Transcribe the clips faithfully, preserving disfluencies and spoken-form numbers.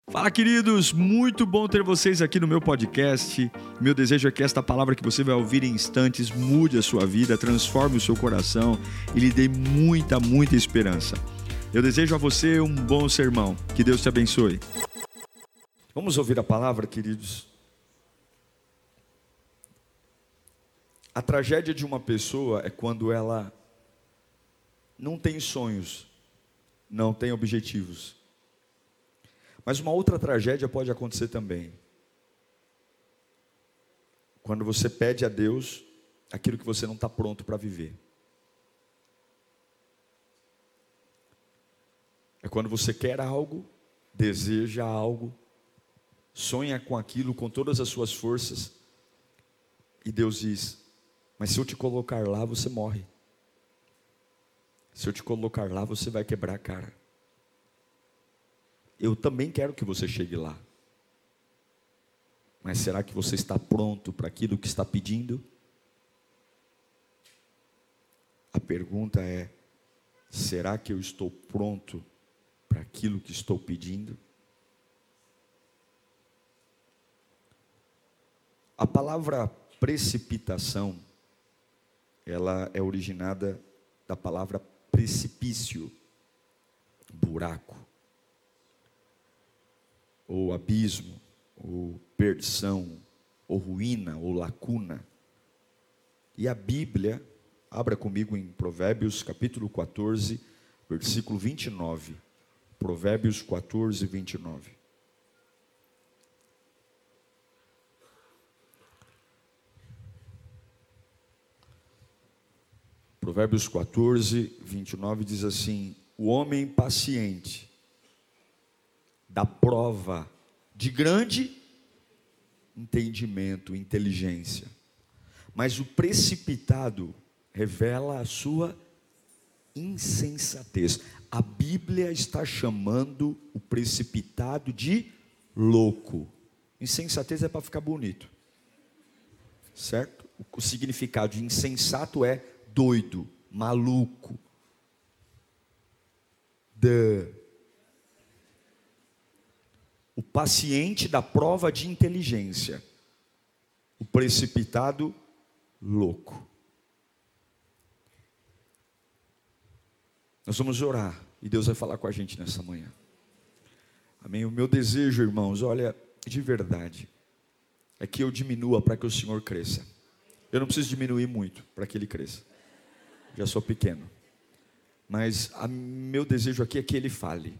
Fala, queridos, muito bom ter vocês aqui no meu podcast. Meu desejo é que esta palavra que você vai ouvir em instantes mude a sua vida, transforme o seu coração e lhe dê muita, muita esperança. Eu desejo a você um bom sermão. Que Deus te abençoe. Vamos ouvir a palavra, queridos. A tragédia de uma pessoa é quando ela não tem sonhos, não tem objetivos. Mas uma outra tragédia pode acontecer também. Quando você pede a Deus aquilo que você não está pronto para viver. É quando você quer algo, deseja algo, sonha com aquilo com todas as suas forças. E Deus diz: mas se eu te colocar lá, você morre. Se eu te colocar lá, você vai quebrar a cara. Eu também quero que você chegue lá. Mas será que você está pronto para aquilo que está pedindo? A pergunta é: será que eu estou pronto para aquilo que estou pedindo? A palavra precipitação, ela é originada da palavra precipício, buraco, ou abismo, ou perdição, ou ruína, ou lacuna. E a Bíblia, abra comigo em Provérbios capítulo quatorze, versículo vinte e nove. Provérbios quatorze, vinte e nove. Provérbios quatorze, vinte e nove diz assim: o homem paciente da prova de grande entendimento, inteligência, mas o precipitado revela a sua insensatez. A Bíblia está chamando o precipitado de louco. Insensatez é para ficar bonito, certo? O significado de insensato é doido, maluco, de o paciente da prova de inteligência, o precipitado louco. Nós vamos orar e Deus vai falar com a gente nessa manhã. Amém? O meu desejo, irmãos, olha, de verdade, é que eu diminua para que o Senhor cresça. Eu não preciso diminuir muito para que Ele cresça. Já sou pequeno. Mas o meu desejo aqui é que Ele fale.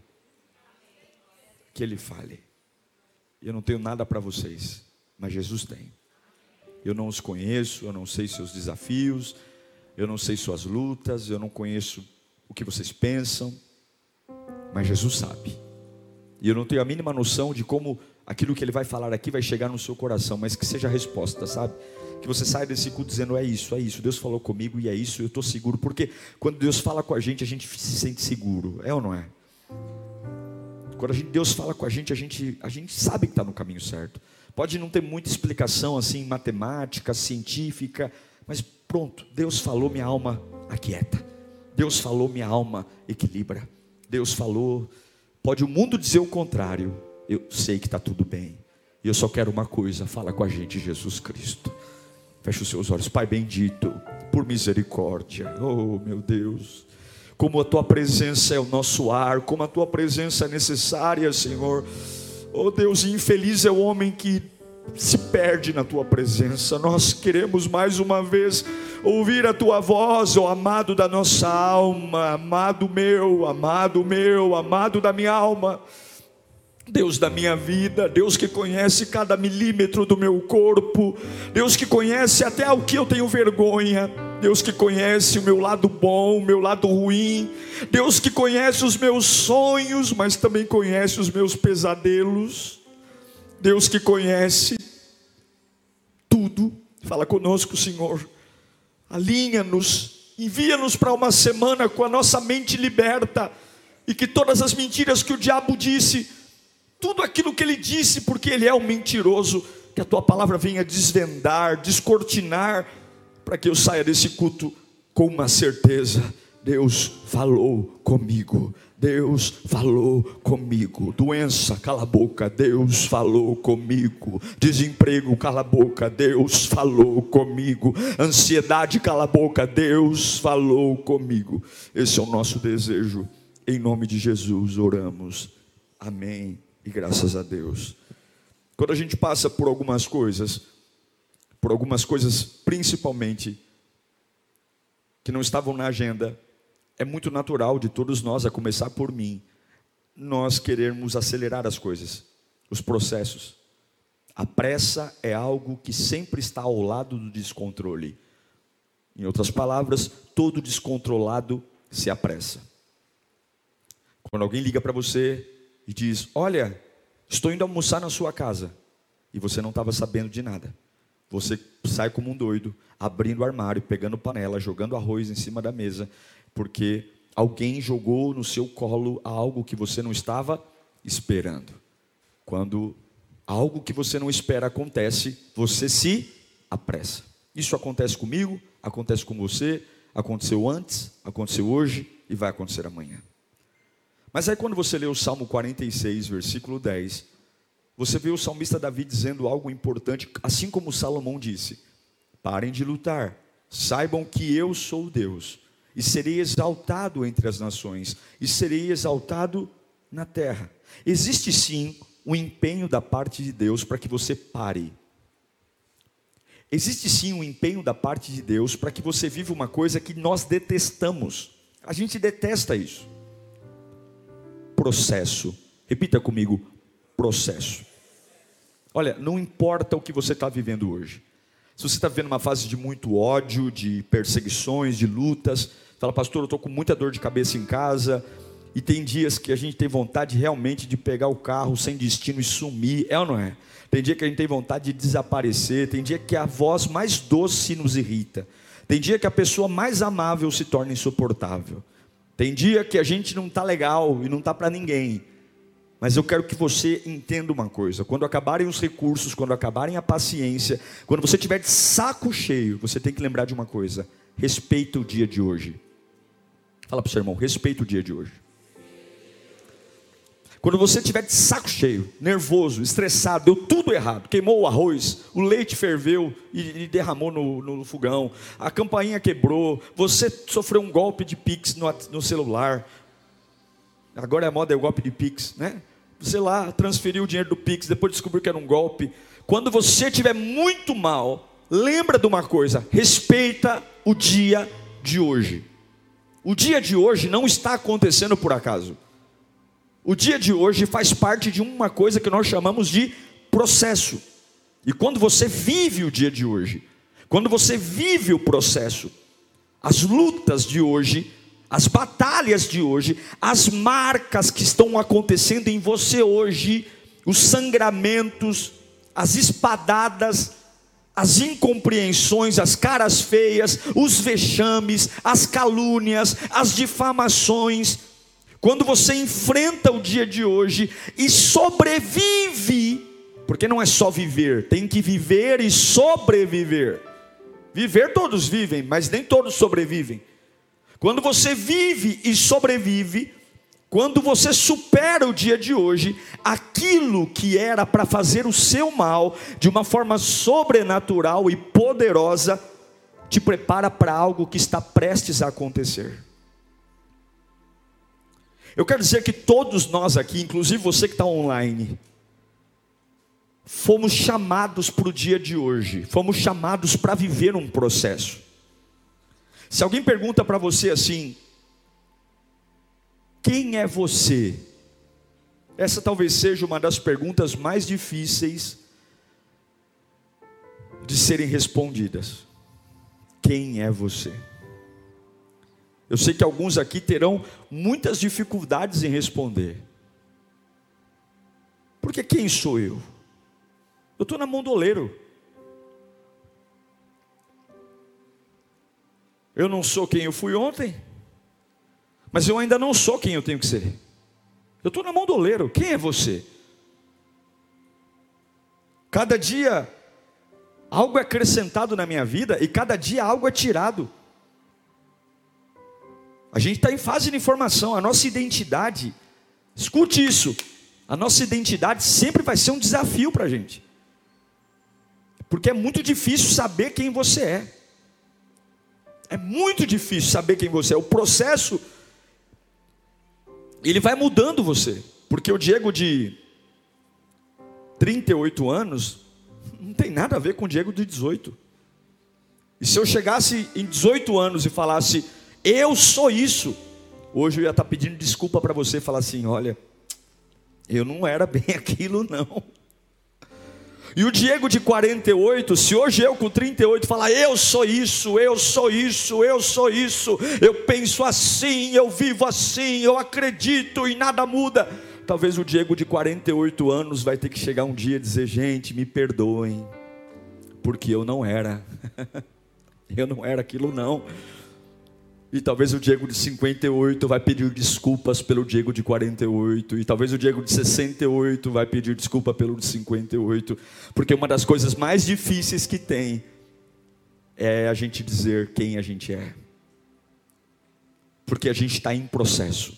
Que Ele fale. Eu não tenho nada para vocês, mas Jesus tem. Eu não os conheço, eu não sei seus desafios, eu não sei suas lutas, eu não conheço o que vocês pensam, mas Jesus sabe. E eu não tenho a mínima noção de como aquilo que Ele vai falar aqui vai chegar no seu coração, mas que seja a resposta, sabe? Que você saia desse culto dizendo: é isso, é isso, Deus falou comigo e é isso, eu estou seguro. Porque quando Deus fala com a gente, a gente se sente seguro, é ou não é? Quando a gente, Deus fala com a gente, a gente, a gente sabe que está no caminho certo. Pode não ter muita explicação assim, matemática, científica, mas pronto, Deus falou, minha alma aquieta. Deus falou, minha alma equilibra. Deus falou, pode o mundo dizer o contrário, eu sei que está tudo bem. E eu só quero uma coisa: fala com a gente, Jesus Cristo. Feche os seus olhos. Pai bendito, por misericórdia, oh meu Deus, como a Tua presença é o nosso ar, como a Tua presença é necessária, Senhor. Oh Deus, infeliz é o homem que se perde na Tua presença. Nós queremos mais uma vez ouvir a Tua voz, ó amado da nossa alma, amado meu, amado meu, amado da minha alma, Deus da minha vida, Deus que conhece cada milímetro do meu corpo, Deus que conhece até o que eu tenho vergonha, Deus que conhece o meu lado bom, o meu lado ruim, Deus que conhece os meus sonhos, mas também conhece os meus pesadelos, Deus que conhece tudo. Fala conosco, Senhor, alinha-nos, envia-nos para uma semana com a nossa mente liberta, e que todas as mentiras que o diabo disse, tudo aquilo que ele disse, porque ele é um mentiroso, que a Tua palavra venha desvendar, descortinar, para que eu saia desse culto com uma certeza: Deus falou comigo. Deus falou comigo. Doença, cala a boca, Deus falou comigo. Desemprego, cala a boca, Deus falou comigo. Ansiedade, cala a boca, Deus falou comigo. Esse é o nosso desejo. Em nome de Jesus oramos. Amém. E graças a Deus. Quando a gente passa por algumas coisas, por algumas coisas principalmente que não estavam na agenda, é muito natural de todos nós, a começar por mim, nós querermos acelerar as coisas, os processos. A pressa é algo que sempre está ao lado do descontrole. Em outras palavras, todo descontrolado se apressa. Quando alguém liga para você e diz: olha, estou indo almoçar na sua casa, e você não estava sabendo de nada, você sai como um doido, abrindo o armário, pegando panela, jogando arroz em cima da mesa, porque alguém jogou no seu colo algo que você não estava esperando. Quando algo que você não espera acontece, você se apressa. Isso acontece comigo, acontece com você, aconteceu antes, aconteceu hoje e vai acontecer amanhã. Mas aí quando você lê o Salmo quarenta e seis, versículo dez, você vê o salmista Davi dizendo algo importante, assim como Salomão disse: parem de lutar, saibam que eu sou Deus, e serei exaltado entre as nações, e serei exaltado na terra. Existe sim um empenho da parte de Deus para que você pare. Existe sim um empenho da parte de Deus para que você viva uma coisa que nós detestamos. A gente detesta isso. Processo. Repita comigo: processo. Olha, não importa o que você está vivendo hoje. Se você está vivendo uma fase de muito ódio, de perseguições, de lutas, fala: pastor, eu estou com muita dor de cabeça em casa, e tem dias que a gente tem vontade realmente de pegar o carro sem destino e sumir, é ou não é? Tem dia que a gente tem vontade de desaparecer, tem dia que a voz mais doce nos irrita, tem dia que a pessoa mais amável se torna insuportável, tem dia que a gente não está legal e não está para ninguém. Mas eu quero que você entenda uma coisa: quando acabarem os recursos, quando acabarem a paciência, quando você estiver de saco cheio, você tem que lembrar de uma coisa: respeita o dia de hoje. Fala para o seu irmão: respeita o dia de hoje. Quando você estiver de saco cheio, nervoso, estressado, deu tudo errado, queimou o arroz, o leite ferveu e, e derramou no, no fogão, a campainha quebrou, você sofreu um golpe de Pix no, no celular, agora a moda é o golpe de Pix, né? Você lá transferiu o dinheiro do Pix, depois descobriu que era um golpe. Quando você estiver muito mal, lembra de uma coisa: respeita o dia de hoje. O dia de hoje não está acontecendo por acaso. O dia de hoje faz parte de uma coisa que nós chamamos de processo. E quando você vive o dia de hoje, quando você vive o processo, as lutas de hoje, as batalhas de hoje, as marcas que estão acontecendo em você hoje, os sangramentos, as espadadas, as incompreensões, as caras feias, os vexames, as calúnias, as difamações, quando você enfrenta o dia de hoje e sobrevive, porque não é só viver, tem que viver e sobreviver. Viver todos vivem, mas nem todos sobrevivem. Quando você vive e sobrevive, quando você supera o dia de hoje, aquilo que era para fazer o seu mal, de uma forma sobrenatural e poderosa, te prepara para algo que está prestes a acontecer. Eu quero dizer que todos nós aqui, inclusive você que está online, fomos chamados para o dia de hoje, fomos chamados para viver um processo. Se alguém pergunta para você assim: quem é você? Essa talvez seja uma das perguntas mais difíceis de serem respondidas. Quem é você? Eu sei que alguns aqui terão muitas dificuldades em responder. Porque quem sou eu? Eu estou na mão do oleiro. Eu não sou quem eu fui ontem, mas eu ainda não sou quem eu tenho que ser. Eu estou na mão do oleiro. Quem é você? Cada dia algo é acrescentado na minha vida, e cada dia algo é tirado. A gente está em fase de formação. A nossa identidade, escute isso, a nossa identidade sempre vai ser um desafio para a gente. Porque é muito difícil saber quem você é. É muito difícil saber quem você é. O processo, ele vai mudando você. Porque o Diego de trinta e oito anos não tem nada a ver com o Diego de dezoito. E se eu chegasse em dezoito anos e falasse, eu sou isso, hoje eu ia estar pedindo desculpa para você e falar assim, olha, eu não era bem aquilo não. E o Diego de quarenta e oito, se hoje eu com trinta e oito falar, eu sou isso, eu sou isso, eu sou isso, eu penso assim, eu vivo assim, eu acredito e nada muda. Talvez o Diego de quarenta e oito anos vai ter que chegar um dia e dizer, gente, me perdoem, porque eu não era, eu não era aquilo não. E talvez o Diego de cinquenta e oito vai pedir desculpas pelo Diego de quarenta e oito. E talvez o Diego de sessenta e oito vai pedir desculpa pelo de cinquenta e oito. Porque uma das coisas mais difíceis que tem é a gente dizer quem a gente é. Porque a gente está em processo.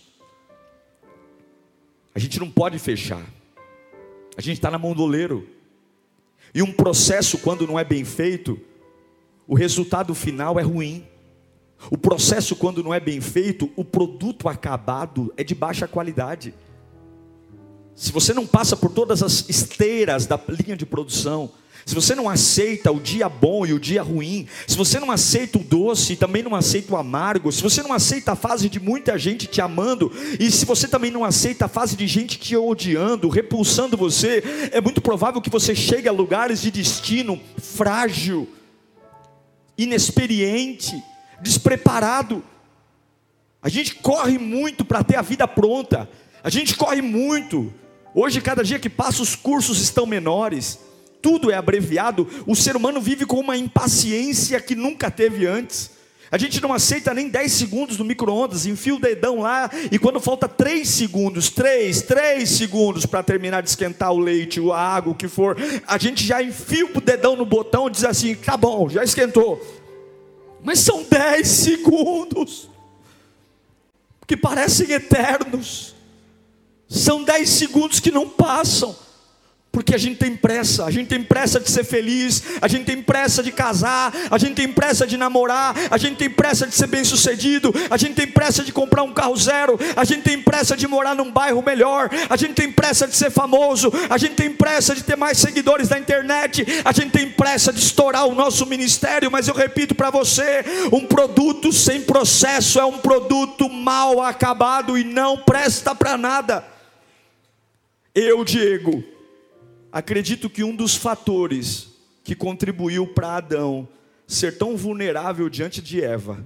A gente não pode fechar. A gente está na mão do oleiro. E um processo, quando não é bem feito, o resultado final é ruim. O processo, quando não é bem feito, o produto acabado é de baixa qualidade. Se você não passa por todas as esteiras da linha de produção, se você não aceita o dia bom e o dia ruim, se você não aceita o doce e também não aceita o amargo, se você não aceita a fase de muita gente te amando, e se você também não aceita a fase de gente te odiando, repulsando você, é muito provável que você chegue a lugares de destino frágil, inexperiente, despreparado. A gente corre muito para ter a vida pronta. A gente corre muito. Hoje, cada dia que passa, os cursos estão menores. Tudo é abreviado. O ser humano vive com uma impaciência que nunca teve antes. A gente não aceita nem dez segundos no micro-ondas. Enfia o dedão lá e quando falta três segundos, três, três segundos para terminar de esquentar o leite, a água, o que for, a gente já enfia o dedão no botão e diz assim, tá bom, já esquentou. Mas são dez segundos, que parecem eternos. São dez segundos que não passam. Porque a gente tem pressa, a gente tem pressa de ser feliz, a gente tem pressa de casar, a gente tem pressa de namorar, a gente tem pressa de ser bem sucedido, a gente tem pressa de comprar um carro zero, a gente tem pressa de morar num bairro melhor, a gente tem pressa de ser famoso, a gente tem pressa de ter mais seguidores na internet, a gente tem pressa de estourar o nosso ministério. Mas eu repito para você, um produto sem processo é um produto mal acabado e não presta para nada. Eu, Diego, acredito que um dos fatores que contribuiu para Adão ser tão vulnerável diante de Eva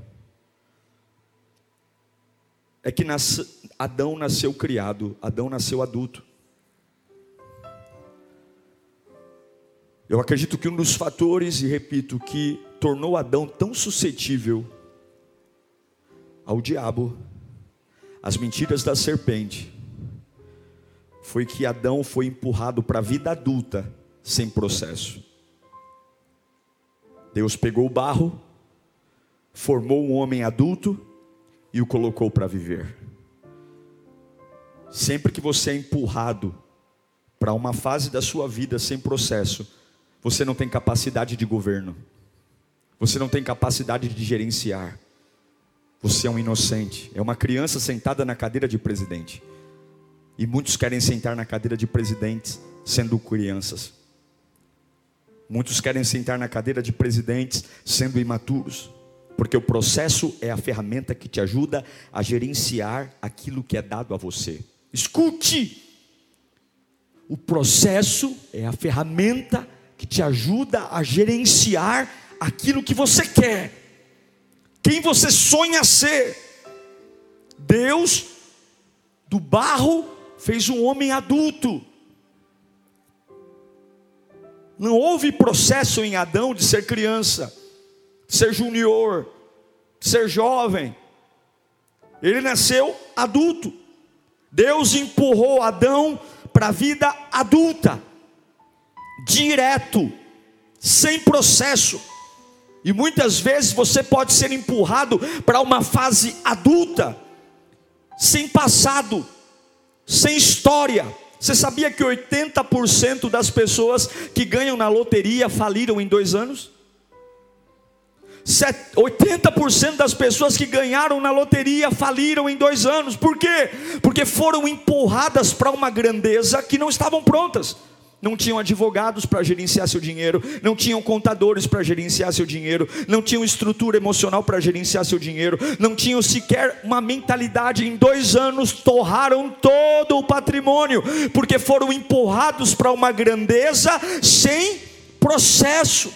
é que nas... Adão nasceu criado, Adão nasceu adulto. Eu acredito que um dos fatores, e repito, que tornou Adão tão suscetível ao diabo, às mentiras da serpente, foi que Adão foi empurrado para a vida adulta sem processo. Deus pegou o barro, formou um homem adulto e o colocou para viver. Sempre que você é empurrado para uma fase da sua vida sem processo, você não tem capacidade de governo, você não tem capacidade de gerenciar, você é um inocente, é uma criança sentada na cadeira de presidente. E muitos querem sentar na cadeira de presidentes sendo crianças. Muitos querem sentar na cadeira de presidentes sendo imaturos. Porque o processo é a ferramenta que te ajuda a gerenciar aquilo que é dado a você. Escute! O processo é a ferramenta que te ajuda a gerenciar aquilo que você quer. Quem você sonha ser. Deus, do barro, fez um homem adulto. Não houve processo em Adão de ser criança, de ser junior, de ser jovem. Ele nasceu adulto. Deus empurrou Adão para a vida adulta, direto, sem processo. E muitas vezes você pode ser empurrado para uma fase adulta, sem passado, sem história. Você sabia que oitenta por cento das pessoas que ganham na loteria faliram em dois anos? oitenta por cento das pessoas que ganharam na loteria faliram em dois anos. Por quê? Porque foram empurradas para uma grandeza que não estavam prontas. Não tinham advogados para gerenciar seu dinheiro, não tinham contadores para gerenciar seu dinheiro, não tinham estrutura emocional para gerenciar seu dinheiro, não tinham sequer uma mentalidade. Em dois anos torraram todo o patrimônio, porque foram empurrados para uma grandeza sem processo.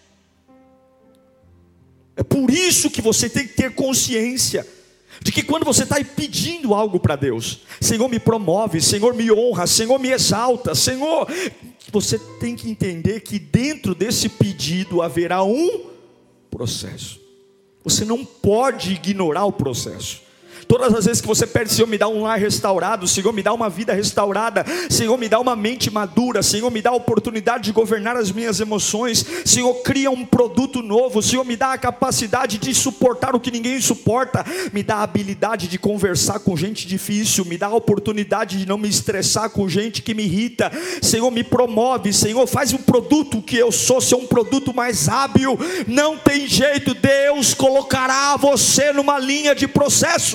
É por isso que você tem que ter consciência de que quando você está pedindo algo para Deus, Senhor me promove, Senhor me honra, Senhor me exalta, Senhor, você tem que entender que dentro desse pedido haverá um processo. Você não pode ignorar o processo. Todas as vezes que você pede, Senhor me dá um lar restaurado, Senhor me dá uma vida restaurada, Senhor me dá uma mente madura, Senhor me dá a oportunidade de governar as minhas emoções, Senhor cria um produto novo, Senhor me dá a capacidade de suportar o que ninguém suporta, me dá a habilidade de conversar com gente difícil, me dá a oportunidade de não me estressar com gente que me irrita, Senhor me promove, Senhor faz um produto que eu sou, ser um produto mais hábil. Não tem jeito, Deus colocará você numa linha de processo.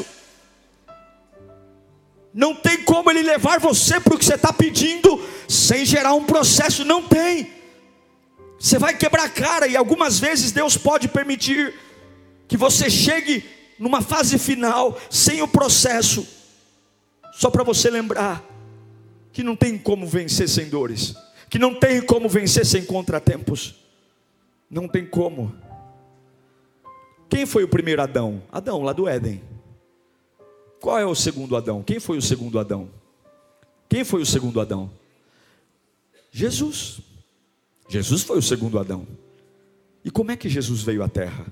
Não tem como Ele levar você para o que você está pedindo sem gerar um processo, não tem. Você vai quebrar a cara, e algumas vezes Deus pode permitir que você chegue numa fase final sem o processo, só para você lembrar que não tem como vencer sem dores, que não tem como vencer sem contratempos, não tem como. Quem foi o primeiro Adão? Adão, lá do Éden. Qual é o segundo Adão? Quem foi o segundo Adão? Quem foi o segundo Adão? Jesus. Jesus foi o segundo Adão. E como é que Jesus veio à terra?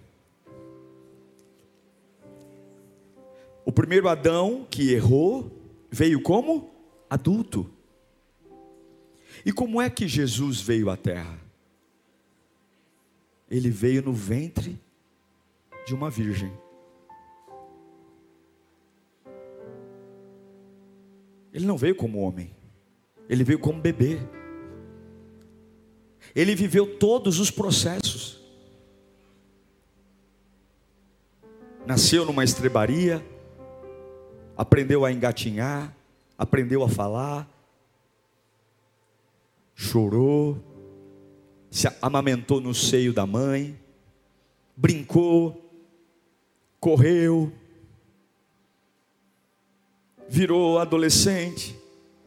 O primeiro Adão que errou veio como adulto. E como é que Jesus veio à terra? Ele veio no ventre de uma virgem. Ele não veio como homem, ele veio como bebê. Ele viveu todos os processos. Nasceu numa estrebaria, aprendeu a engatinhar, aprendeu a falar, chorou, se amamentou no seio da mãe, brincou, correu, virou adolescente,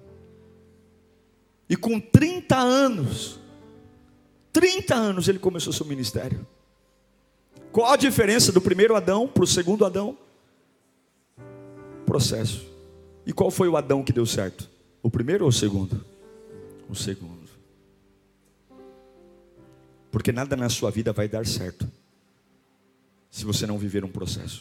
e com trinta anos, trinta anos ele começou seu ministério. Qual a diferença do primeiro Adão para o segundo Adão? Processo. E qual foi o Adão que deu certo? O primeiro ou o segundo? O segundo. Porque nada na sua vida vai dar certo se você não viver um processo,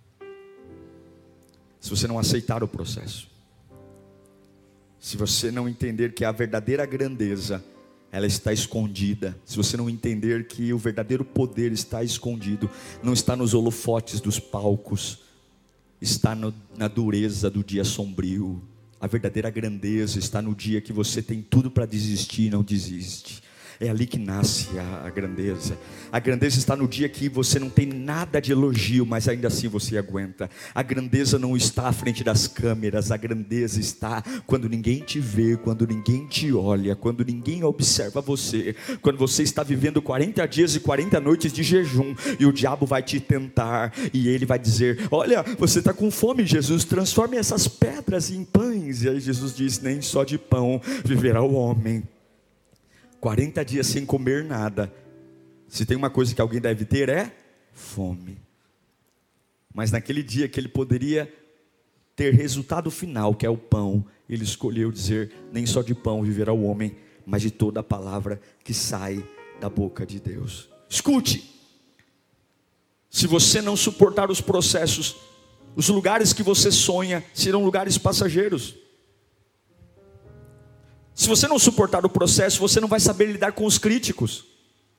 se você não aceitar o processo, se você não entender que a verdadeira grandeza, ela está escondida, se você não entender que o verdadeiro poder está escondido, não está nos holofotes dos palcos, está no, na dureza do dia sombrio. A verdadeira grandeza está no dia que você tem tudo para desistir e não desiste. É ali que nasce a, a grandeza. A grandeza está no dia que você não tem nada de elogio, mas ainda assim você aguenta. A grandeza não está à frente das câmeras. A grandeza está quando ninguém te vê, quando ninguém te olha, quando ninguém observa você, quando você está vivendo quarenta dias e quarenta noites de jejum, e o diabo vai te tentar, e ele vai dizer: olha, você está com fome, Jesus, transforme essas pedras em pães. E aí Jesus diz: nem só de pão viverá o homem. quarenta dias sem comer nada. Se tem uma coisa que alguém deve ter, é fome. Mas naquele dia que ele poderia ter resultado final, que é o pão, ele escolheu dizer: nem só de pão viverá o homem, mas de toda a palavra que sai da boca de Deus. Escute, se você não suportar os processos, os lugares que você sonha serão lugares passageiros. Se você não suportar o processo, você não vai saber lidar com os críticos.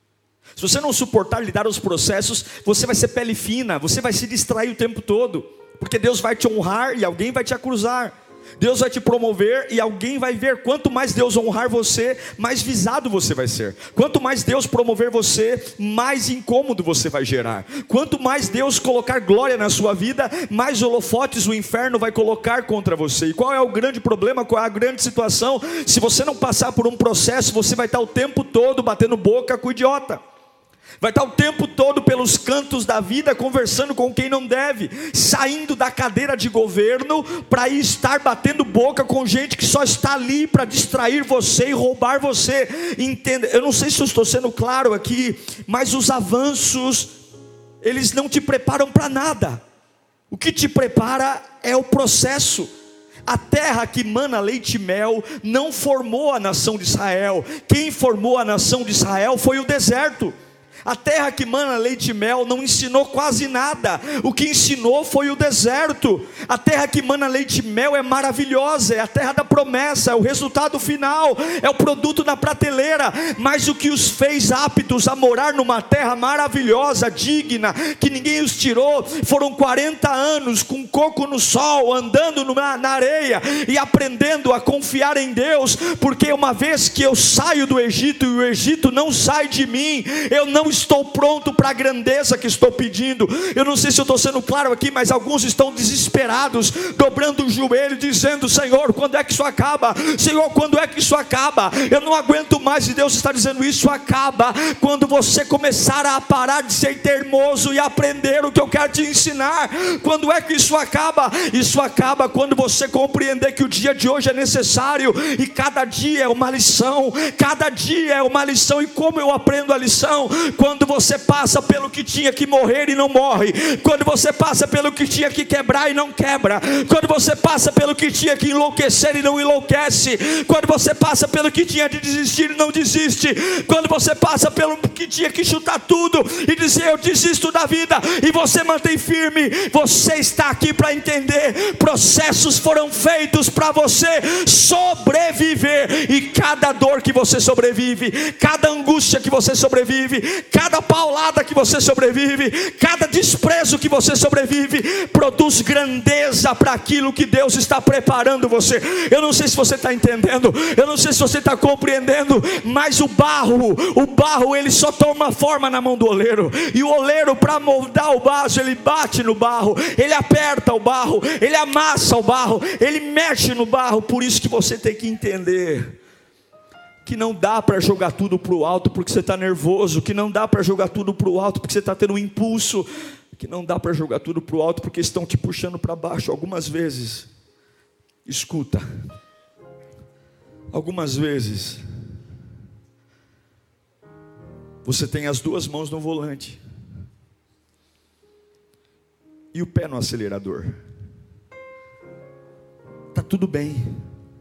Se você não suportar lidar os processos, você vai ser pele fina, você vai se distrair o tempo todo, porque Deus vai te honrar e alguém vai te acusar. Deus vai te promover e alguém vai ver. Quanto mais Deus honrar você, mais visado você vai ser. Quanto mais Deus promover você, mais incômodo você vai gerar. Quanto mais Deus colocar glória na sua vida, mais holofotes o inferno vai colocar contra você. E qual é o grande problema, qual é a grande situação? Se você não passar por um processo, você vai estar o tempo todo batendo boca com o idiota. Vai estar o tempo todo pelos cantos da vida conversando com quem não deve, saindo da cadeira de governo para ir estar batendo boca com gente que só está ali para distrair você e roubar você. Entenda, eu não sei se eu estou sendo claro aqui, mas os avanços, eles não te preparam para nada. O que te prepara é o processo. A terra que mana leite e mel não formou a nação de Israel. Quem formou a nação de Israel foi o deserto. A terra que mana leite e mel não ensinou quase nada. O que ensinou foi o deserto. A terra que mana leite e mel é maravilhosa, é a terra da promessa, é o resultado final, é o produto da prateleira. Mas o que os fez aptos a morar numa terra maravilhosa, digna, que ninguém os tirou, foram quarenta anos com coco no sol, andando na, na areia e aprendendo a confiar em Deus. Porque uma vez que eu saio do Egito e o Egito não sai de mim, eu não estou pronto para a grandeza que estou pedindo. Eu não sei se eu estou sendo claro aqui, mas alguns estão desesperados, dobrando o joelho, dizendo: Senhor, quando é que isso acaba? Senhor, quando é que isso acaba? Eu não aguento mais. E Deus está dizendo: isso acaba quando você começar a parar de ser teimoso e aprender o que eu quero te ensinar. Quando é que isso acaba? Isso acaba quando você compreender que o dia de hoje é necessário, e cada dia é uma lição, cada dia é uma lição. E como eu aprendo a lição? Quando você passa pelo que tinha que morrer e não morre, quando você passa pelo que tinha que quebrar e não quebra, quando você passa pelo que tinha que enlouquecer e não enlouquece, quando você passa pelo que tinha de desistir e não desiste, quando você passa pelo que tinha que chutar tudo e dizer: eu desisto da vida, e você mantém firme. Você está aqui para entender: processos foram feitos para você sobreviver, e cada dor que você sobrevive, cada angústia que você sobrevive, cada paulada que você sobrevive, cada desprezo que você sobrevive, produz grandeza para aquilo que Deus está preparando você. Eu não sei se você está entendendo, eu não sei se você está compreendendo, mas o barro, o barro ele só toma forma na mão do oleiro, e o oleiro, para moldar o vaso, ele bate no barro, ele aperta o barro, ele amassa o barro, ele mexe no barro. Por isso que você tem que entender que não dá para jogar tudo para o alto porque você está nervoso, que não dá para jogar tudo para o alto porque você está tendo um impulso, que não dá para jogar tudo para o alto porque estão te puxando para baixo. Algumas vezes, escuta, algumas vezes você tem as duas mãos no volante e o pé no acelerador. Está tudo bem,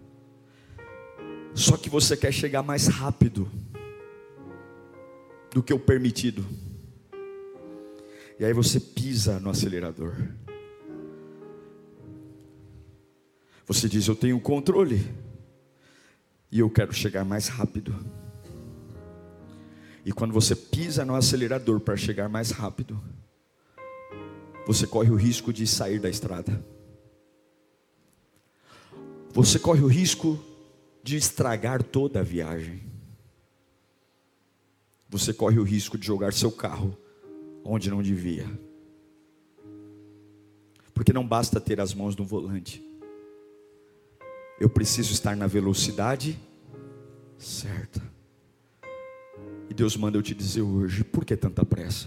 só que você quer chegar mais rápido do que o permitido, e aí você pisa no acelerador. Você diz: eu tenho controle e eu quero chegar mais rápido. E quando você pisa no acelerador para chegar mais rápido, você corre o risco de sair da estrada. Você corre o risco de estragar toda a viagem. Você corre o risco de jogar seu carro onde não devia. Porque não basta ter as mãos no volante, eu preciso estar na velocidade certa. E Deus manda eu te dizer hoje: por que tanta pressa?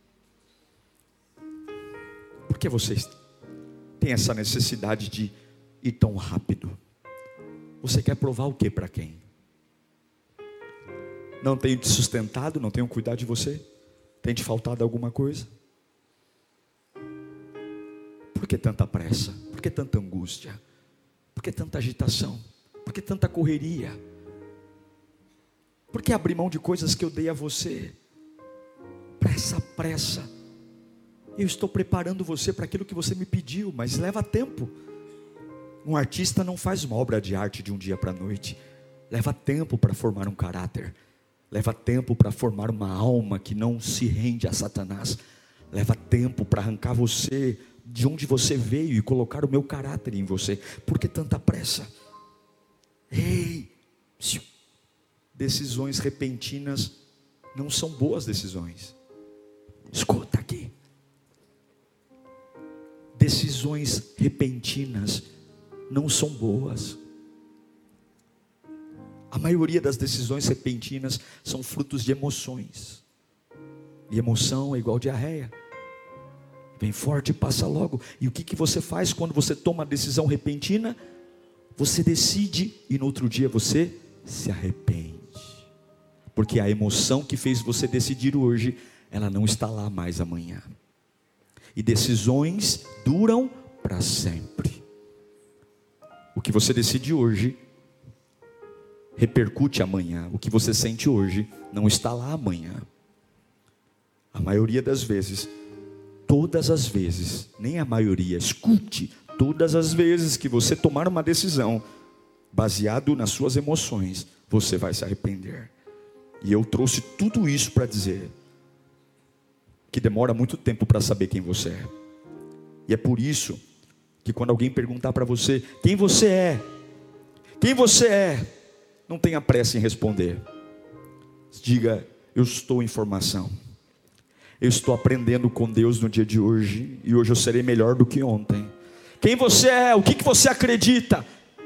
Por que você tem essa necessidade de ir tão rápido? Você quer provar o que para quem? Não tenho te sustentado, não tenho cuidado de você? Tem te faltado alguma coisa? Por que tanta pressa? Por que tanta angústia? Por que tanta agitação? Por que tanta correria? Por que abrir mão de coisas que eu dei a você? Pressa, pressa. Eu estou preparando você para aquilo que você me pediu, mas leva tempo. Um artista não faz uma obra de arte de um dia para a noite. Leva tempo para formar um caráter. Leva tempo para formar uma alma que não se rende a Satanás. Leva tempo para arrancar você de onde você veio e colocar o meu caráter em você. Por que tanta pressa? Ei, decisões repentinas não são boas decisões. Escuta aqui. Decisões repentinas não são boas. A maioria das decisões repentinas são frutos de emoções. E emoção é igual diarreia. Vem forte e passa logo. E o que, que você faz quando você toma uma decisão repentina? Você decide e no outro dia você se arrepende. Porque a emoção que fez você decidir hoje, ela não está lá mais amanhã. E decisões duram para sempre. O que você decide hoje repercute amanhã. O que você sente hoje não está lá amanhã. A maioria das vezes, todas as vezes, nem a maioria, escute, todas as vezes que você tomar uma decisão baseado nas suas emoções, você vai se arrepender. E eu trouxe tudo isso para dizer que demora muito tempo para saber quem você é. E é por isso que quando alguém perguntar para você quem você é, quem você é, não tenha pressa em responder. Diga: eu estou em formação. Eu estou aprendendo com Deus no dia de hoje, e hoje eu serei melhor do que ontem. Quem você é? O que, que você acredita?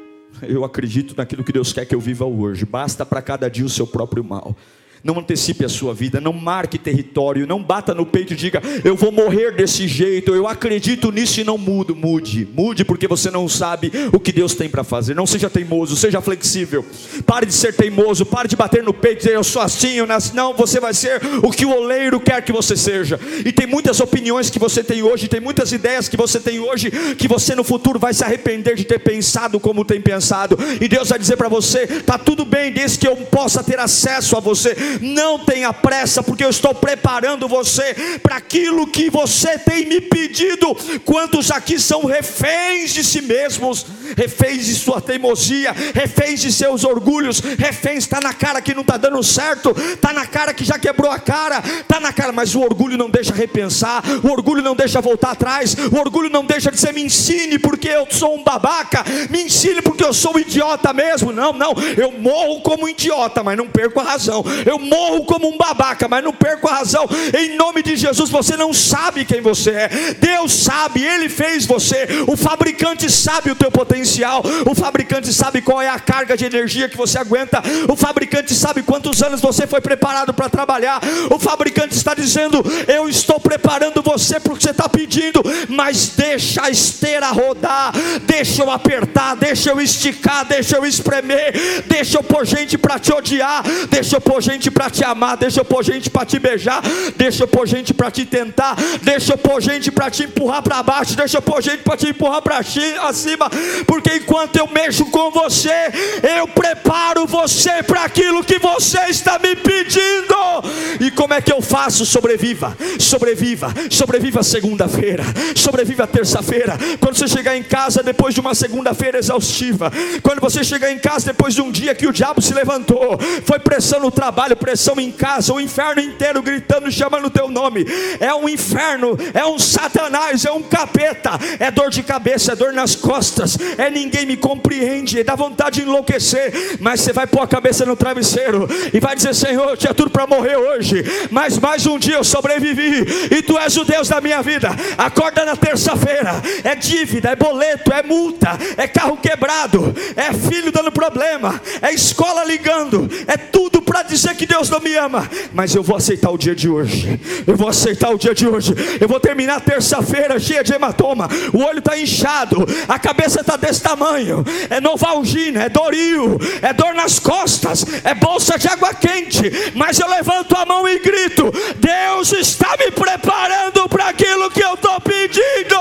Eu acredito naquilo que Deus quer que eu viva hoje. Basta para cada dia o seu próprio mal. Não antecipe a sua vida, não marque território, não bata no peito e diga: eu vou morrer desse jeito, eu acredito nisso e não mudo. Mude, mude, porque você não sabe o que Deus tem para fazer. Não seja teimoso, seja flexível. Pare de ser teimoso, pare de bater no peito e dizer: eu sou assim, eu nasci. Não, você vai ser o que o oleiro quer que você seja. E tem muitas opiniões que você tem hoje, tem muitas ideias que você tem hoje, que você no futuro vai se arrepender de ter pensado como tem pensado. E Deus vai dizer para você: está tudo bem, desde que eu possa ter acesso a você. Não tenha pressa, porque eu estou preparando você para aquilo que você tem me pedido. Quantos aqui são reféns de si mesmos, reféns de sua teimosia, reféns de seus orgulhos, reféns? Está na cara que não está dando certo, está na cara que já quebrou a cara, está na cara, mas o orgulho não deixa repensar, o orgulho não deixa voltar atrás, o orgulho não deixa dizer: me ensine porque eu sou um babaca, me ensine porque eu sou um idiota mesmo. Não, não, eu morro como um idiota, mas não perco a razão. Eu morro como um babaca, mas não perco a razão. Em nome de Jesus. Você não sabe quem você é. Deus sabe, Ele fez você. O fabricante sabe o teu potencial. O fabricante sabe qual é a carga de energia que você aguenta. O fabricante sabe quantos anos você foi preparado para trabalhar. O fabricante está dizendo: eu estou preparando você para o que você está pedindo, mas deixa a esteira rodar, deixa eu apertar, deixa eu esticar, deixa eu espremer, deixa eu pôr gente para te odiar, deixa eu pôr gente para te amar, deixa eu pôr gente para te beijar, deixa eu pôr gente para te tentar, deixa eu pôr gente para te empurrar para baixo, deixa eu pôr gente para te empurrar para cima, porque enquanto eu mexo com você, eu preparo você para aquilo que você está me pedindo. E como é que eu faço? Sobreviva, sobreviva, sobreviva segunda-feira, sobreviva terça-feira. Quando você chegar em casa depois de uma segunda-feira exaustiva, quando você chegar em casa depois de um dia que o diabo se levantou, foi pressão no trabalho, pressão em casa, o inferno inteiro gritando, chamando o teu nome. É um inferno, é um Satanás, é um capeta, é dor de cabeça, é dor nas costas, é ninguém me compreende, dá vontade de enlouquecer, mas você vai pôr a cabeça no travesseiro e vai dizer: Senhor, eu tinha tudo para morrer hoje, mas mais um dia eu sobrevivi, e Tu és o Deus da minha vida. Acorda na terça-feira, é dívida, é boleto, é multa, é carro quebrado, é filho dando problema, é escola ligando, é tudo para dizer que Deus não me ama, mas eu vou aceitar o dia de hoje, eu vou aceitar o dia de hoje, eu vou terminar a terça-feira cheia de hematoma, o olho está inchado, a cabeça está desse tamanho, é novalgina, é doril, é dor nas costas, é bolsa de água quente, mas eu levanto a mão e grito: Deus está me preparando para aquilo que eu estou pedindo.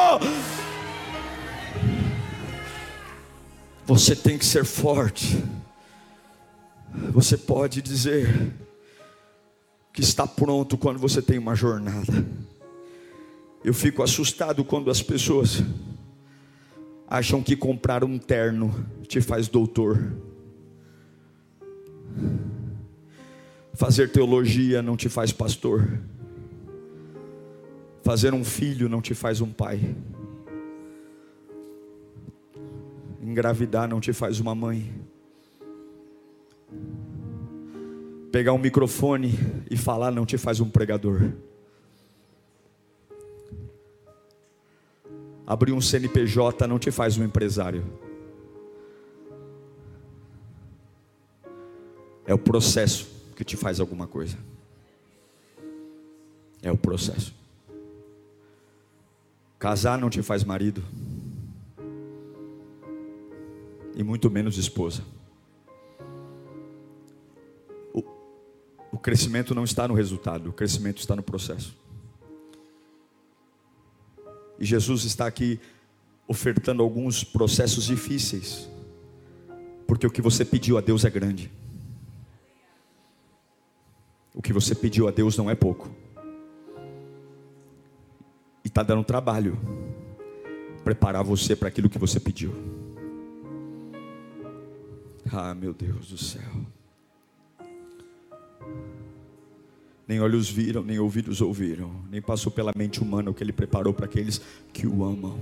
Você tem que ser forte. Você pode dizer que está pronto quando você tem uma jornada. Eu fico assustado quando as pessoas acham que comprar um terno te faz doutor. Fazer teologia não te faz pastor. Fazer um filho não te faz um pai. Engravidar não te faz uma mãe. Pegar um microfone e falar não te faz um pregador. Abrir um C N P J não te faz um empresário. É o processo que te faz alguma coisa. É o processo. Casar não te faz marido. E muito menos esposa. O, o crescimento não está no resultado, o crescimento está no processo. E Jesus está aqui ofertando alguns processos difíceis, porque o que você pediu a Deus é grande. O que você pediu a Deus não é pouco. E está dando trabalho preparar você para aquilo que você pediu. Ah, meu Deus do céu. Nem olhos viram, nem ouvidos ouviram, nem passou pela mente humana o que Ele preparou para aqueles que o amam.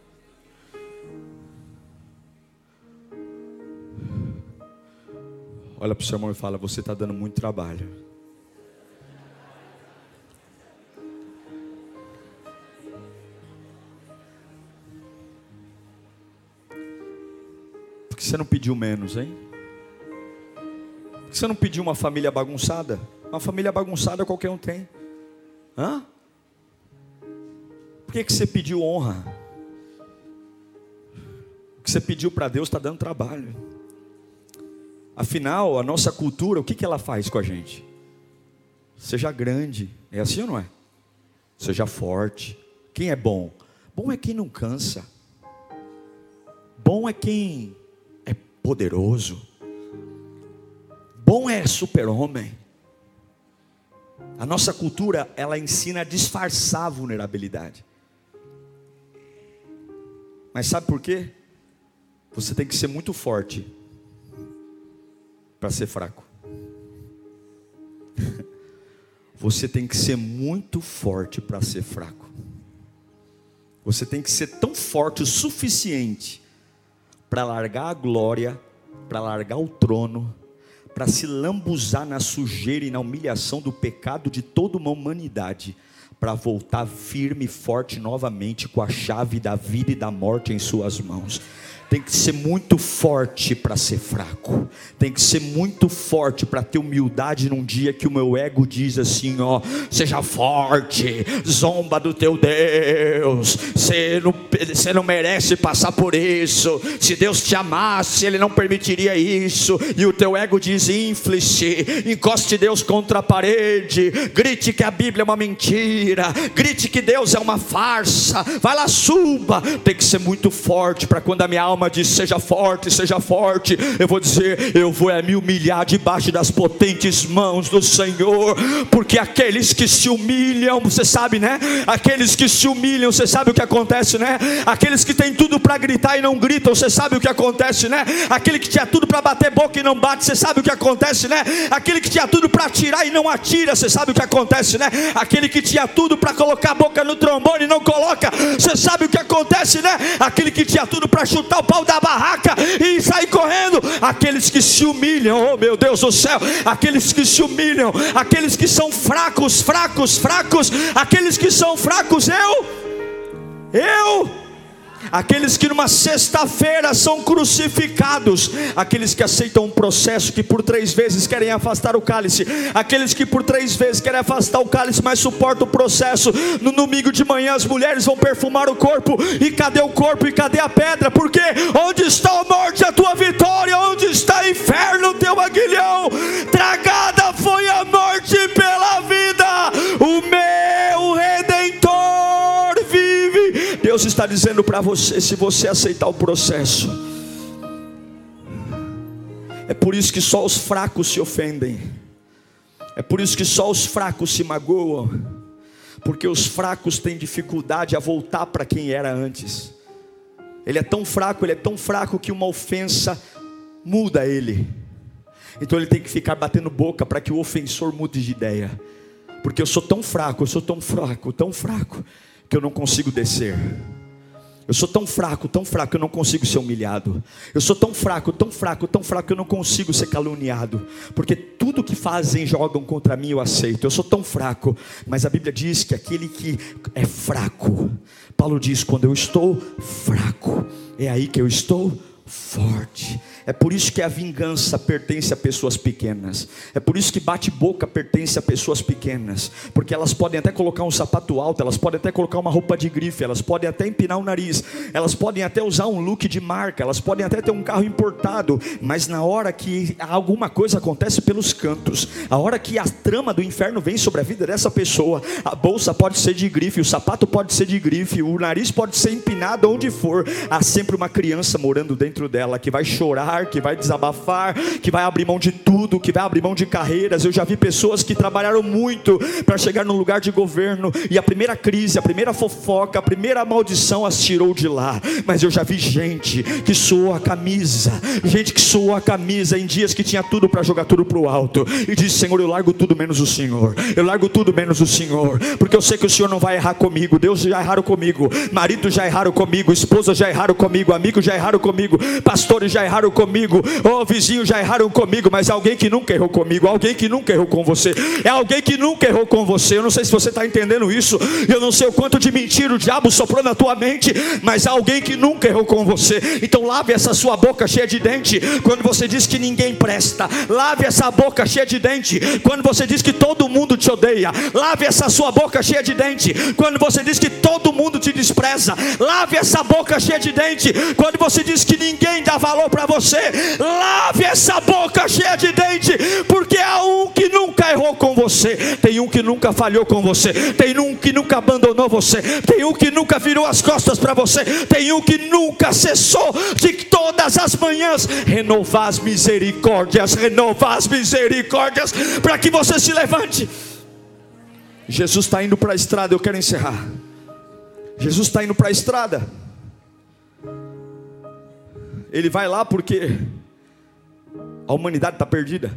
Olha para o seu irmão e fala: você está dando muito trabalho. Por que você não pediu menos, hein? Por que você não pediu uma família bagunçada? Uma família bagunçada qualquer um tem. Hã? Por que, que você pediu honra? O que você pediu para Deus está dando trabalho. Afinal, a nossa cultura, o que, que ela faz com a gente? Seja grande. É assim ou não é? Seja forte. Quem é bom? Bom é quem não cansa. Bom é quem é poderoso. Bom é super-homem. A nossa cultura, ela ensina a disfarçar a vulnerabilidade. Mas sabe por quê? Você tem que ser muito forte para ser fraco. Você tem que ser muito forte para ser fraco. Você tem que ser tão forte o suficiente para largar a glória, para largar o trono, para se lambuzar na sujeira e na humilhação do pecado de toda uma humanidade, para voltar firme e forte novamente com a chave da vida e da morte em suas mãos. Tem que ser muito forte para ser fraco. Tem que ser muito forte para ter humildade num dia que o meu ego diz assim, ó: seja forte, zomba do teu Deus, você não, você não merece passar por isso. Se Deus te amasse, Ele não permitiria isso. E o teu ego diz: infle-se, encoste Deus contra a parede, grite que a Bíblia é uma mentira, grite que Deus é uma farsa, vai lá, suba. Tem que ser muito forte para quando a minha alma diz: seja forte, seja forte, eu vou dizer: eu vou é me humilhar debaixo das potentes mãos do Senhor. Porque aqueles que se humilham, você sabe, né? Aqueles que se humilham, você sabe o que acontece, né? Aqueles que têm tudo para gritar e não gritam, você sabe o que acontece, né? Aquele que tinha tudo para bater boca e não bate, você sabe o que acontece, né? Aquele que tinha tudo para atirar e não atira, você sabe o que acontece, né? Aquele que tinha tudo para colocar a boca no trombone e não coloca, você sabe o que acontece, né? Aquele que tinha tudo para chutar o pau da barraca e sair correndo. Aqueles que se humilham, oh meu Deus do céu, aqueles que se humilham, aqueles que são fracos, fracos, fracos, aqueles que são fracos, eu, eu, aqueles que numa sexta-feira são crucificados, aqueles que aceitam um processo, que por três vezes querem afastar o cálice, aqueles que por três vezes querem afastar o cálice, mas suportam o processo. No domingo de manhã as mulheres vão perfumar o corpo, e cadê o corpo e cadê a pedra? Porque onde está a morte, a tua vitória? Onde está o inferno, o teu aguilhão? Tragada foi a morte pela vida, o meu Redentor vive. Deus está dizendo para você: se você aceitar o processo, é por isso que só os fracos se ofendem, é por isso que só os fracos se magoam, porque os fracos têm dificuldade a voltar para quem era antes. Ele é tão fraco, ele é tão fraco que uma ofensa muda ele. Então ele tem que ficar batendo boca para que o ofensor mude de ideia. Porque eu sou tão fraco, eu sou tão fraco, tão fraco, que eu não consigo descer. Eu sou tão fraco, tão fraco que eu não consigo ser humilhado. Eu sou tão fraco, tão fraco, tão fraco que eu não consigo ser caluniado. Porque tudo que fazem, jogam contra mim, eu aceito. Eu sou tão fraco. Mas a Bíblia diz que aquele que é fraco, Paulo diz, quando eu estou fraco, é aí que eu estou forte. É por isso que a vingança pertence a pessoas pequenas. É por isso que bate-boca pertence a pessoas pequenas. Porque elas podem até colocar um sapato alto, elas podem até colocar uma roupa de grife, elas podem até empinar o nariz, elas podem até usar um look de marca, elas podem até ter um carro importado. Mas na hora que alguma coisa acontece pelos cantos, a hora que a trama do inferno vem sobre a vida dessa pessoa, a bolsa pode ser de grife, o sapato pode ser de grife, o nariz pode ser empinado onde for, há sempre uma criança morando dentro dela que vai chorar, que vai desabafar, que vai abrir mão de tudo, que vai abrir mão de carreiras. Eu já vi pessoas que trabalharam muito para chegar no lugar de governo, e a primeira crise, a primeira fofoca, a primeira maldição as tirou de lá. Mas eu já vi gente que suou a camisa, gente que suou a camisa em dias que tinha tudo para jogar tudo para o alto, e disse: Senhor, eu largo tudo menos o Senhor, eu largo tudo menos o Senhor, porque eu sei que o Senhor não vai errar comigo. Deus já erraram comigo, marido já erraram comigo, esposa já erraram comigo, amigos já erraram comigo, pastores já erraram comigo, oh, vizinhos já erraram comigo. Mas alguém que nunca errou comigo, alguém que nunca errou com você, é alguém que nunca errou com você. Eu não sei se você está entendendo isso, eu não sei o quanto de mentira o diabo soprou na tua mente, mas há alguém que nunca errou com você. Então lave essa sua boca cheia de dente quando você diz que ninguém presta. Lave essa boca cheia de dente quando você diz que todo mundo te odeia. Lave essa sua boca cheia de dente quando você diz que todo mundo te despreza. Lave essa boca cheia de dente quando você diz que ninguém dá valor para você. Lave essa boca cheia de dente, porque há um que nunca errou com você, tem um que nunca falhou com você, tem um que nunca abandonou você, tem um que nunca virou as costas para você, tem um que nunca cessou de todas as manhãs renovar as misericórdias, renovar as misericórdias, para que você se levante. Jesus está indo para a estrada, eu quero encerrar. Jesus está indo para a estrada. Ele vai lá porque a humanidade está perdida.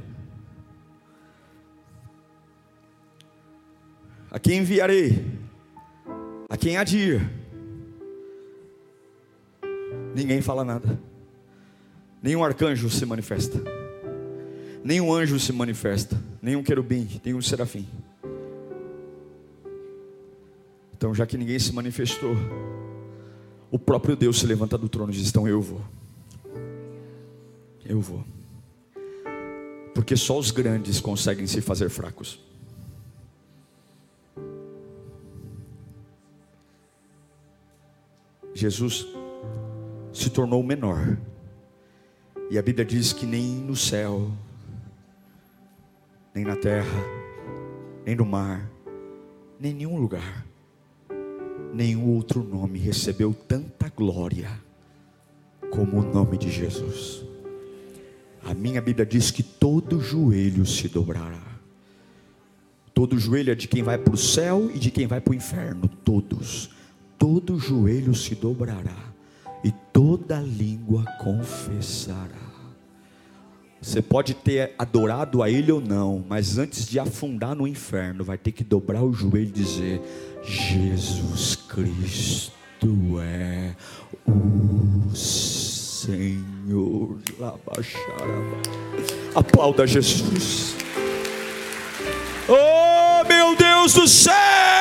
A quem enviarei? A quem há de ir? Ninguém fala nada. Nenhum arcanjo se manifesta, nenhum anjo se manifesta, nenhum querubim, nenhum serafim. Então, já que ninguém se manifestou, o próprio Deus se levanta do trono e diz: então eu vou. Eu vou. Porque só os grandes conseguem se fazer fracos. Jesus se tornou o menor. E a Bíblia diz que nem no céu, nem na terra, nem no mar, nem em nenhum lugar, nenhum outro nome recebeu tanta glória como o nome de Jesus. A minha Bíblia diz que todo joelho se dobrará. Todo joelho é de quem vai para o céu e de quem vai para o inferno. Todos. Todo joelho se dobrará e toda língua confessará. Você pode ter adorado a Ele ou não, mas antes de afundar no inferno, vai ter que dobrar o joelho e dizer: Jesus Cristo é o Senhor. Aplauda Jesus. Oh, meu Deus do céu!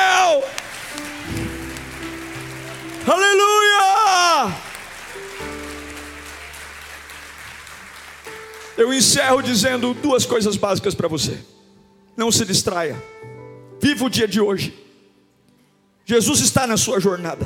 Aleluia! Eu encerro dizendo duas coisas básicas para você. Não se distraia. Viva o dia de hoje. Jesus está na sua jornada.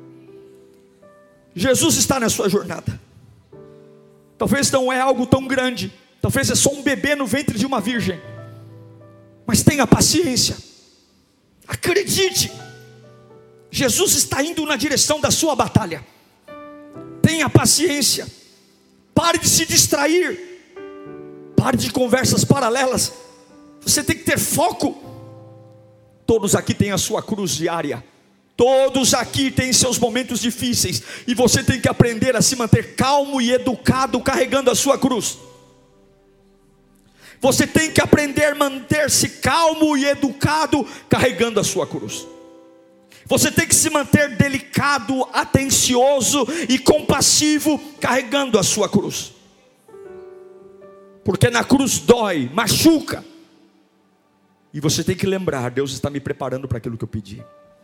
Jesus está na sua jornada. Talvez não é algo tão grande, talvez é só um bebê no ventre de uma virgem, mas tenha paciência, acredite, Jesus está indo na direção da sua batalha. Tenha paciência, pare de se distrair, pare de conversas paralelas, você tem que ter foco. Todos aqui têm a sua cruz diária, todos aqui têm seus momentos difíceis, e você tem que aprender a se manter calmo e educado, carregando a sua cruz. Você tem que aprender a manter-se calmo e educado carregando a sua cruz. Você tem que se manter delicado, atencioso e compassivo carregando a sua cruz. Porque na cruz dói, machuca. E você tem que lembrar, Deus está me preparando para aquilo que eu pedi.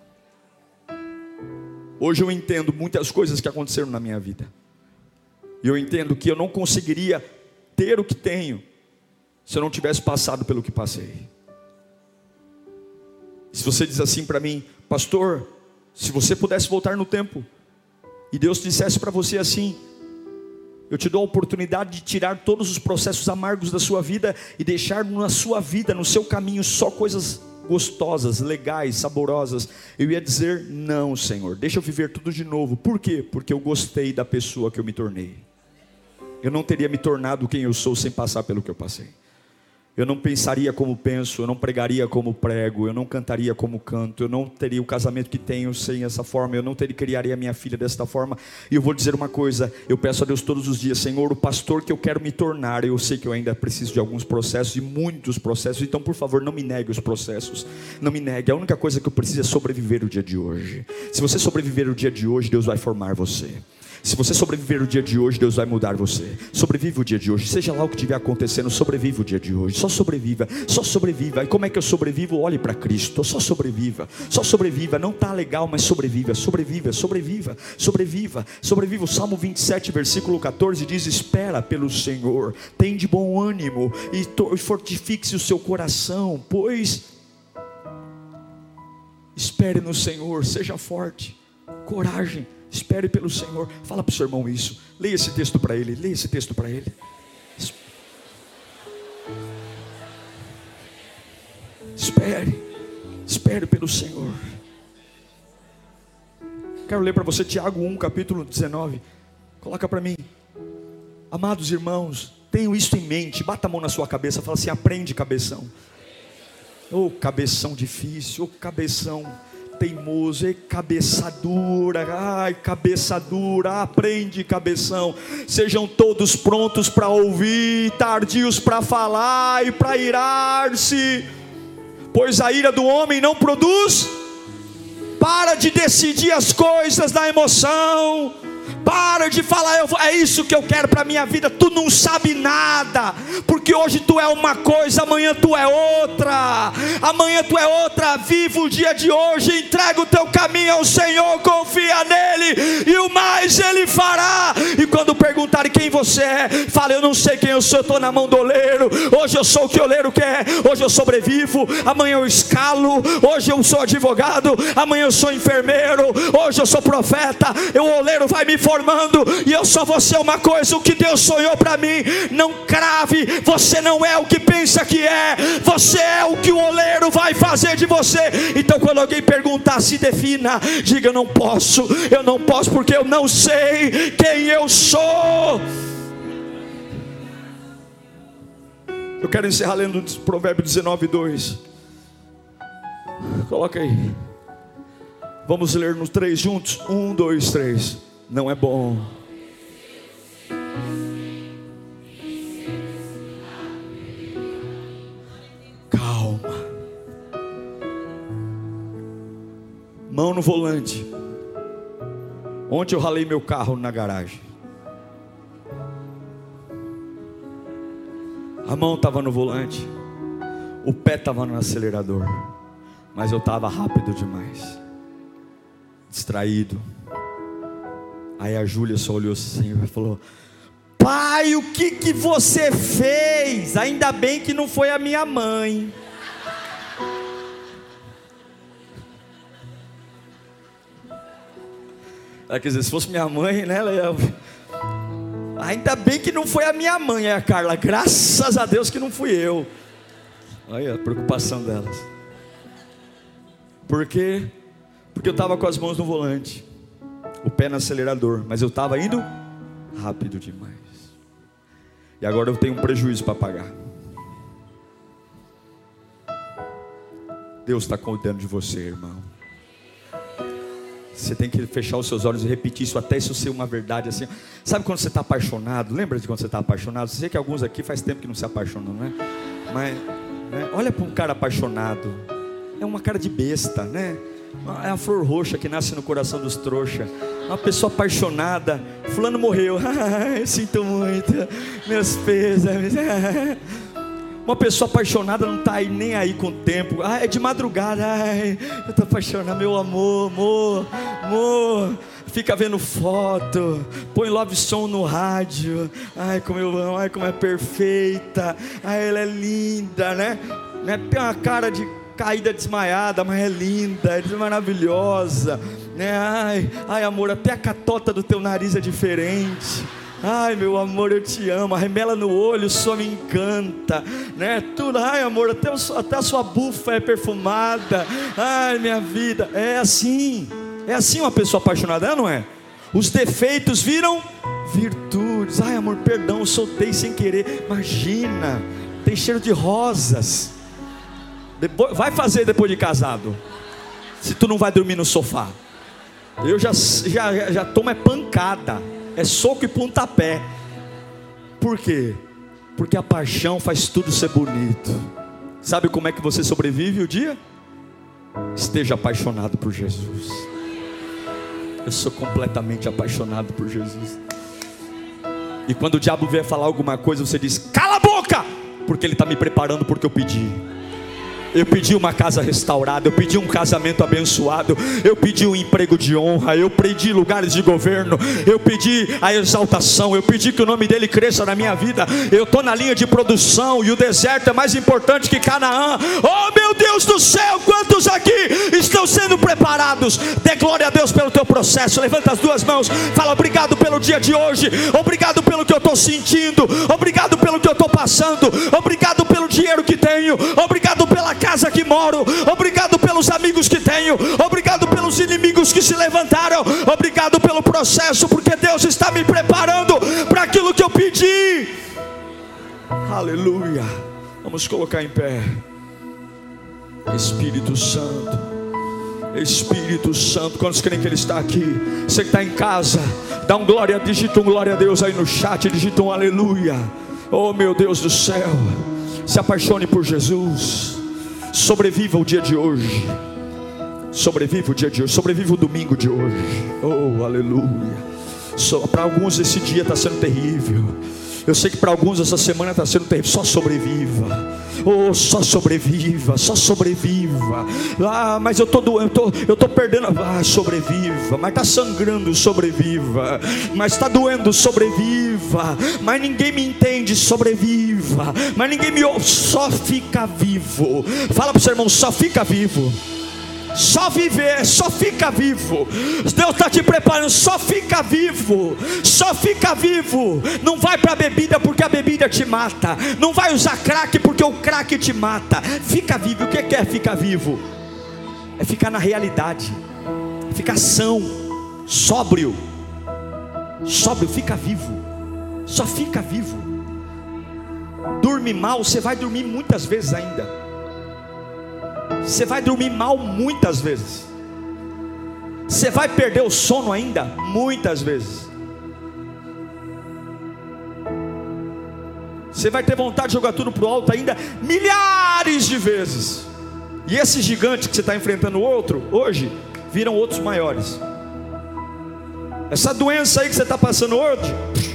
Hoje eu entendo muitas coisas que aconteceram na minha vida. E eu entendo que eu não conseguiria ter o que tenho se eu não tivesse passado pelo que passei. Se você diz assim para mim: pastor, se você pudesse voltar no tempo e Deus dissesse para você assim: eu te dou a oportunidade de tirar todos os processos amargos da sua vida e deixar na sua vida, no seu caminho, só coisas gostosas, legais, saborosas, eu ia dizer: não, Senhor, deixa eu viver tudo de novo. Por quê? Porque eu gostei da pessoa que eu me tornei. Eu não teria me tornado quem eu sou sem passar pelo que eu passei. Eu não pensaria como penso, eu não pregaria como prego, eu não cantaria como canto, eu não teria o casamento que tenho sem essa forma, eu não teria, criaria a minha filha desta forma. E eu vou dizer uma coisa, eu peço a Deus todos os dias: Senhor, o pastor que eu quero me tornar, eu sei que eu ainda preciso de alguns processos, e muitos processos, então por favor não me negue os processos, não me negue. A única coisa que eu preciso é sobreviver o dia de hoje. Se você sobreviver o dia de hoje, Deus vai formar você. Se você sobreviver o dia de hoje, Deus vai mudar você. Sobreviva o dia de hoje, seja lá o que estiver acontecendo, sobreviva o dia de hoje. Só sobreviva, só sobreviva. E como é que eu sobrevivo? Olhe para Cristo, só sobreviva. Só sobreviva, não está legal, mas sobreviva. Sobreviva, sobreviva, sobreviva, sobreviva. O Salmo vinte e sete, versículo catorze diz: espera pelo Senhor, tem de bom ânimo e fortifique-se o seu coração, pois espere no Senhor, seja forte, coragem. Espere pelo Senhor. Fala para o seu irmão isso. Leia esse texto para ele. Leia esse texto para ele. Espere. Espere pelo Senhor. Quero ler para você Tiago um, capítulo dezenove. Coloca para mim. Amados irmãos, tenham isso em mente. Bata a mão na sua cabeça. Fala assim: aprende, cabeção. Ô, oh, cabeção difícil. Ô, oh, cabeção teimoso, e cabeça dura, ai, cabeça dura, aprende, cabeção. Sejam todos prontos para ouvir, tardios para falar e para irar-se, pois a ira do homem não produz. Para de decidir as coisas da emoção. Para de falar: eu vou, é isso que eu quero para a minha vida. Tu não sabe nada, porque hoje tu é uma coisa, amanhã tu é outra, amanhã tu é outra. Viva o dia de hoje, entrega o teu caminho ao Senhor, confia nele, e o mais ele fará. E quando perguntarem quem você é, fala: eu não sei quem eu sou, eu estou na mão do oleiro. Hoje eu sou o que o oleiro quer, hoje eu sobrevivo, amanhã eu escalo, hoje eu sou advogado, amanhã eu sou enfermeiro, hoje eu sou profeta. O oleiro vai me formando, e eu só vou ser uma coisa, o que Deus sonhou para mim. Não crave, você não é o que pensa que é, você é o que o oleiro vai fazer de você. Então quando alguém perguntar, se defina, diga: eu não posso, eu não posso, porque eu não sei quem eu sou. Eu quero encerrar lendo Provérbio dezenove, dois. Coloca aí. Vamos ler nos três juntos. Um, dois, três. Não é bom calma. Mão no volante. Ontem eu ralei meu carro na garagem. A mão estava no volante, o pé estava no acelerador, mas eu estava rápido demais, distraído. Aí a Júlia só olhou assim e falou: pai, o que que você fez? Ainda bem que não foi a minha mãe. Ela, quer dizer, se fosse minha mãe, né, ela ia... Ainda bem que não foi a minha mãe. É a Carla: graças a Deus que não fui eu. Olha a preocupação delas. Por quê? Porque eu estava com as mãos no volante, o pé no acelerador, mas eu estava indo rápido demais. E agora eu tenho um prejuízo para pagar. Deus está cuidando de você, irmão. Você tem que fechar os seus olhos e repetir isso até isso ser uma verdade assim. Sabe quando você está apaixonado? Lembra de quando você está apaixonado? Sei que alguns aqui faz tempo que não se apaixonam, não é? Mas, né, olha para um cara apaixonado. É uma cara de besta, né? É a flor roxa que nasce no coração dos trouxas. Uma pessoa apaixonada. Fulano morreu. Ai, sinto muito. Meus pêsames. Uma pessoa apaixonada não está aí nem aí com o tempo. Ah, é de madrugada. Ai, eu estou apaixonado, meu amor, amor, amor. Fica vendo foto, põe love song no rádio. Ai, como eu amo, ai, como é perfeita. Ai, ela é linda, né? Tem uma cara de caída desmaiada, mas é linda, é maravilhosa, né? Ai, ai, amor, até a catota do teu nariz é diferente. Ai, meu amor, eu te amo. A remela no olho só me encanta, né? Tudo, ai, amor, até, o, até a sua bufa é perfumada. Ai, minha vida, é assim. É assim uma pessoa apaixonada, é, não é? Os defeitos viram virtudes. Ai, amor, perdão, soltei sem querer. Imagina, tem cheiro de rosas. Depois, vai fazer depois de casado, se tu não vai dormir no sofá. Eu já, já, já, já tomo é pancada, é soco e pontapé. Por quê? Porque a paixão faz tudo ser bonito. Sabe como é que você sobrevive o dia? Esteja apaixonado por Jesus. Eu sou completamente apaixonado por Jesus. E quando o diabo vier falar alguma coisa, você diz: cala a boca, porque ele está me preparando porque eu pedi. Eu pedi uma casa restaurada, eu pedi um casamento abençoado, eu pedi um emprego de honra, eu pedi lugares de governo, eu pedi a exaltação, eu pedi que o nome dele cresça na minha vida. Eu estou na linha de produção e o deserto é mais importante que Canaã. Oh meu Deus do céu, quantos aqui estão sendo preparados? Dê glória a Deus pelo teu processo. Levanta as duas mãos, fala: obrigado pelo dia de hoje, obrigado pelo que eu estou sentindo, obrigado pelo que eu estou passando, obrigado pelo dinheiro que tenho, obrigado pela casa que moro, obrigado pelos amigos que tenho, obrigado pelos inimigos que se levantaram, obrigado pelo processo, porque Deus está me preparando para aquilo que eu pedi. Aleluia. Vamos colocar em pé. Espírito Santo, Espírito Santo, quantos creem que Ele está aqui? Você que está em casa, dá um glória, digita um glória a Deus aí no chat, digita um aleluia. Oh meu Deus do céu, se apaixone por Jesus. Sobreviva o dia de hoje. Sobreviva o dia de hoje. Sobreviva o domingo de hoje. Oh, aleluia. So, para alguns esse dia está sendo terrível. Eu sei que para alguns essa semana está sendo terrível. Só sobreviva. Oh, só sobreviva. Só sobreviva. Ah, mas eu estou eu tô, eu tô perdendo. Ah, sobreviva. Mas está sangrando, sobreviva. Mas está doendo, sobreviva. Mas ninguém me entende, sobreviva. Mas ninguém me ouve, só fica vivo. Fala para o seu irmão: só fica vivo. Só viver, só fica vivo. Deus está te preparando, só fica vivo. Só fica vivo. Não vai para a bebida porque a bebida te mata. Não vai usar crack porque o crack te mata. Fica vivo. O que é ficar vivo? É ficar na realidade, ficar são, sóbrio. Sóbrio, fica vivo. Só fica vivo. Dorme mal, você vai dormir muitas vezes ainda. Você vai dormir mal muitas vezes. Você vai perder o sono ainda muitas vezes. Você vai ter vontade de jogar tudo para o alto ainda milhares de vezes. E esse gigante que você está enfrentando outro hoje, viram outros maiores. Essa doença aí que você está passando hoje,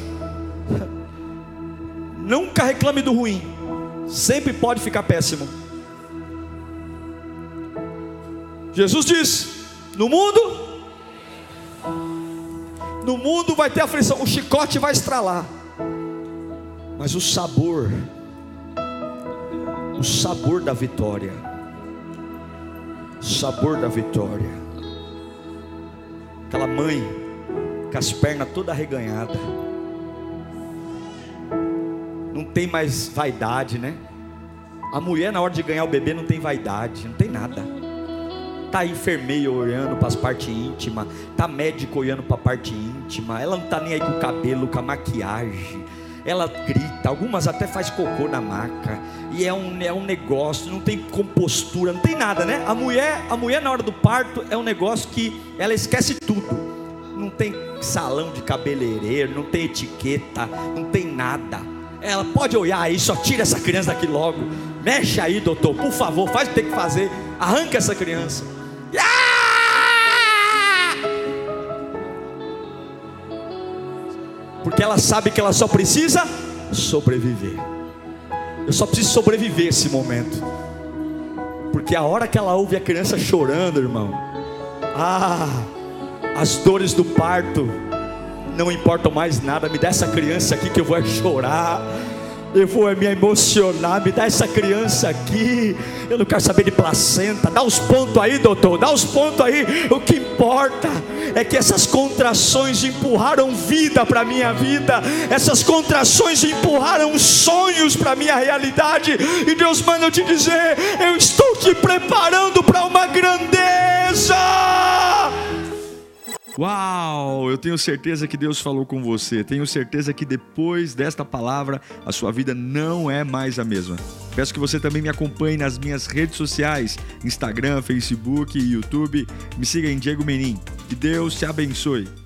nunca reclame do ruim. Sempre pode ficar péssimo. Jesus disse: no mundo, no mundo vai ter aflição, o chicote vai estralar, mas o sabor, o sabor da vitória, o sabor da vitória. Aquela mãe com as pernas toda arreganhada, não tem mais vaidade, né? A mulher na hora de ganhar o bebê não tem vaidade, não tem nada. Está enfermeira olhando para as partes íntimas, está médico olhando para a parte íntima. Ela não está nem aí com o cabelo, com a maquiagem. Ela grita, algumas até faz cocô na maca. E é um, é um negócio, não tem compostura, não tem nada, né? A mulher, a mulher na hora do parto é um negócio que ela esquece tudo. Não tem salão de cabeleireiro, não tem etiqueta, não tem nada. Ela pode olhar aí, só tira essa criança daqui logo. Mexe aí, doutor, por favor, faz o que tem que fazer. Arranca essa criança. Porque ela sabe que ela só precisa sobreviver. Eu só preciso sobreviver esse momento. Porque a hora que ela ouve a criança chorando, irmão, ah, as dores do parto não importam mais nada. Me dá essa criança aqui que eu vou chorar, eu vou me emocionar. Me dá essa criança aqui. Eu não quero saber de placenta. Dá os pontos aí, doutor, dá os pontos aí. O que importa é que essas contrações empurraram vida para a minha vida. Essas contrações empurraram sonhos para a minha realidade. E Deus manda eu te dizer: eu estou te preparando para uma grandeza. Uau, eu tenho certeza que Deus falou com você. Tenho certeza que depois desta palavra a sua vida não é mais a mesma. Peço que você também me acompanhe nas minhas redes sociais, Instagram, Facebook e YouTube. Me siga em Diego Menin. Que Deus te abençoe.